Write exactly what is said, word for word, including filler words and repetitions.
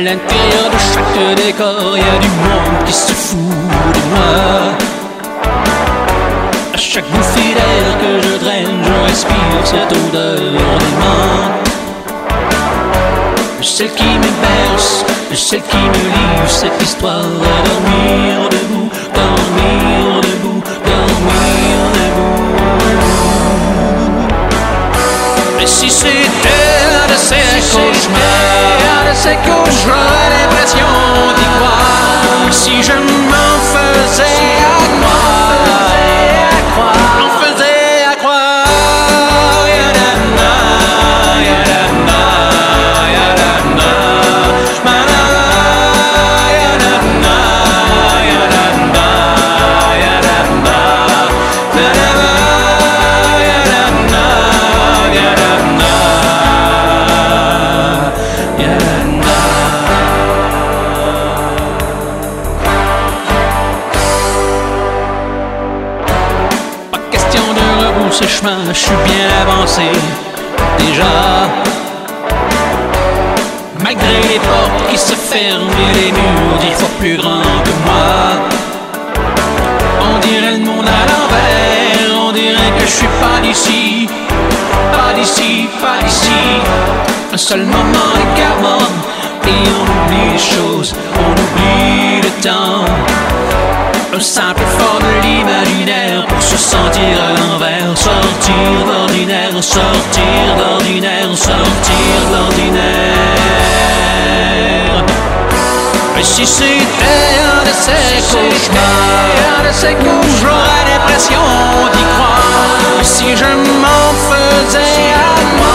l'intérieur de chaque décor, y a du monde qui se fout de moi. À chaque bouffée d'air que je draine, je respire cette odeur dément. Celle qui me berce, celle qui me livre cette histoire de dormir debout, dormir debout, dormir debout. Et si c'était un de ces cauchemars, un de ces cauchemars, j'aurais l'impression d'y croire. Si je m'en faisais à croire, m'en faisais à croire. Yadana, yadana, yadana, mana, yadana, yadana, yadana, yadana, yadana, yadana, yadana. Pas question de rebourser chemin, je suis bien avancé déjà. Malgré les portes qui se ferment et les murs dix fois plus grands que moi. On dirait le monde à l'envers, on dirait que je suis pas d'ici, pas d'ici, pas d'ici. Un seul moment égarement et on oublie les choses, on oublie le temps. Un simple effort de l'imaginaire pour se sentir à l'envers. Sortir d'ordinaire, sortir d'ordinaire, sortir d'ordinaire. Mais si c'était un de ces cauchemars, un de ces cauchemars, j'aurais l'impression d'y croire. Mais si je m'en faisais à moi,